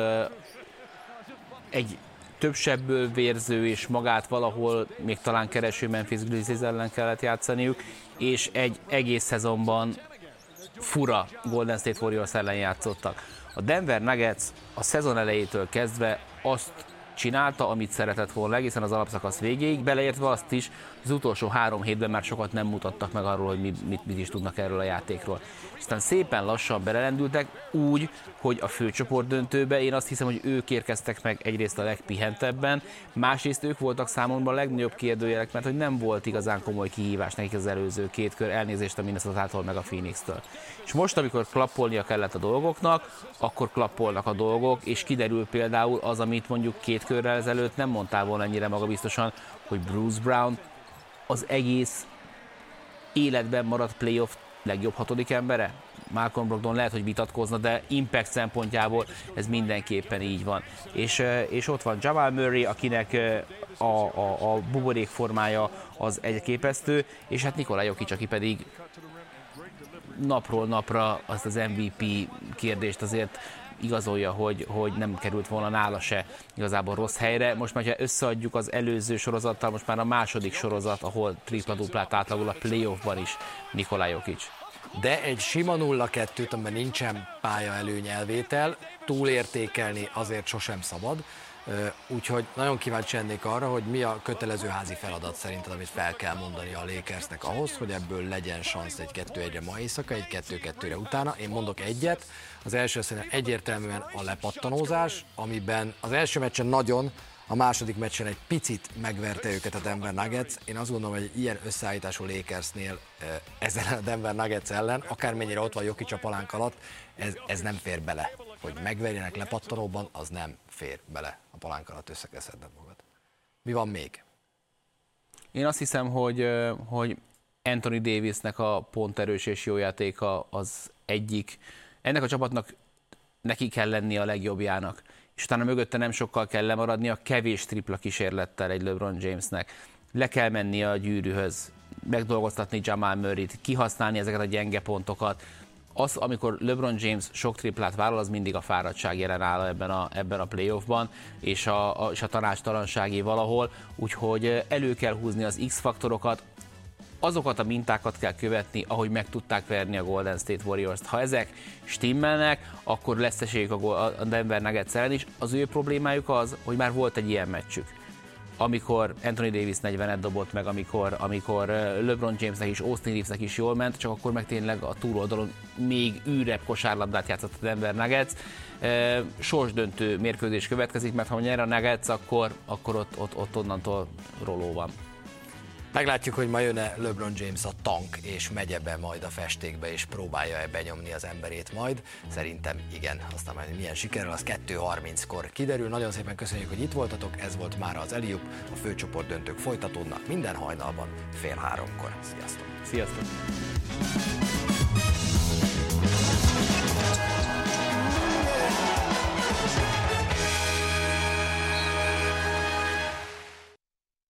egy több sebből vérző és magát valahol még talán kereső Memphis Grizzlies ellen kellett játszaniuk, és egy egész szezonban fura Golden State Warriors ellen játszottak. A Denver Nuggets a szezon elejétől kezdve azt csinálta, amit szeretett volna egészen az alapszakasz végéig, beleértve azt is, az utolsó 3 hétben már sokat nem mutattak meg arról, hogy mit is tudnak erről a játékról. Aztán szépen lassan belelendültek úgy, hogy a főcsoport döntőbe én azt hiszem, hogy ők érkeztek meg egyrészt a legpihentebben, másrészt ők voltak számomra a legnagyobb kérdőjelek, mert hogy nem volt igazán komoly kihívás nekik az előző 2 kör, elnézést a Minnesota-tól meg a Phoenix-től. És most, amikor klappolnia kellett a dolgoknak, akkor klappolnak a dolgok, és kiderül például az, amit mondjuk 2 körrel ezelőtt nem mondtál volna ennyire magabiztosan, hogy Bruce Brown az egész életben maradt playoff legjobb 6. embere? Malcolm Brogdon lehet, hogy vitatkozna, de impact szempontjából ez mindenképpen így van. És ott van Jamal Murray, akinek a buborék formája az elképesztő, és hát Nikola Jokic, aki pedig napról napra azt az MVP kérdést azért igazolja, hogy nem került volna nála se igazából rossz helyre. Most már, ha összeadjuk az előző sorozattal, most már a második sorozat, ahol tripla-duplát átlagol a playoffban is Nikola Jokic. De egy sima 0-2-t, amiben nincsen pályaelőny elvétel, túlértékelni azért sosem szabad. Úgyhogy nagyon kíváncsi lennék arra, hogy mi a kötelező házi feladat szerinted, amit fel kell mondani a Lakersnek ahhoz, hogy ebből legyen szansz egy 2-1-re ma éjszaka, egy 2-2-re utána. Én mondok egyet, az első szerintem egyértelműen a lepattanózás, amiben az első meccsen nagyon, a második meccsen egy picit megverte őket a Denver Nuggets. Én azt gondolom, hogy egy ilyen összeállítású Lakersnél ezen a Denver Nuggets ellen, akármennyire ott van Jokic a palánk alatt, ez nem fér bele. Hogy megverjenek lepattanóban, az nem fér bele a palánk alatt, össze kell szedned magad. Mi van még? Én azt hiszem, hogy Anthony Davisnek a ponterős és jó játéka az egyik. Ennek a csapatnak neki kell lenni a legjobbjának. És utána mögötte nem sokkal kell lemaradnia, kevés tripla kísérlettel egy LeBron Jamesnek. Le kell menni a gyűrűhöz, megdolgoztatni Jamal Murrayt, kihasználni ezeket a gyenge pontokat. Az, amikor LeBron James sok triplát vállal, az mindig a fáradtság jelen áll ebben a playoffban, és a tanácstalanságé valahol, úgyhogy elő kell húzni az X-faktorokat, azokat a mintákat kell követni, ahogy meg tudták verni a Golden State Warriors-t. Ha ezek stimmelnek, akkor lesz esélyük a Denver Nuggets ellen is. Az ő problémájuk az, hogy már volt egy ilyen meccsük, amikor Anthony Davis 40-et dobott meg, amikor LeBron Jamesnek és Austin Reevesnek is jól ment, csak akkor meg tényleg a túloldalon még űrebb kosárlabdát játszott a Denver Nuggets. Sorsdöntő mérkőzés következik, mert ha nyer a Nuggets, akkor ott onnantól roló van. Meglátjuk, hogy ma jön-e LeBron James a tank, és megye be majd a festékbe, és próbálja-e benyomni az emberét majd. Szerintem igen, aztán majd milyen sikerrel, az 2:30-kor kiderül. Nagyon szépen köszönjük, hogy itt voltatok, ez volt mára az Alley-oop, a főcsoport döntők folytatódnak minden hajnalban 14:30-kor. Sziasztok! Sziasztok!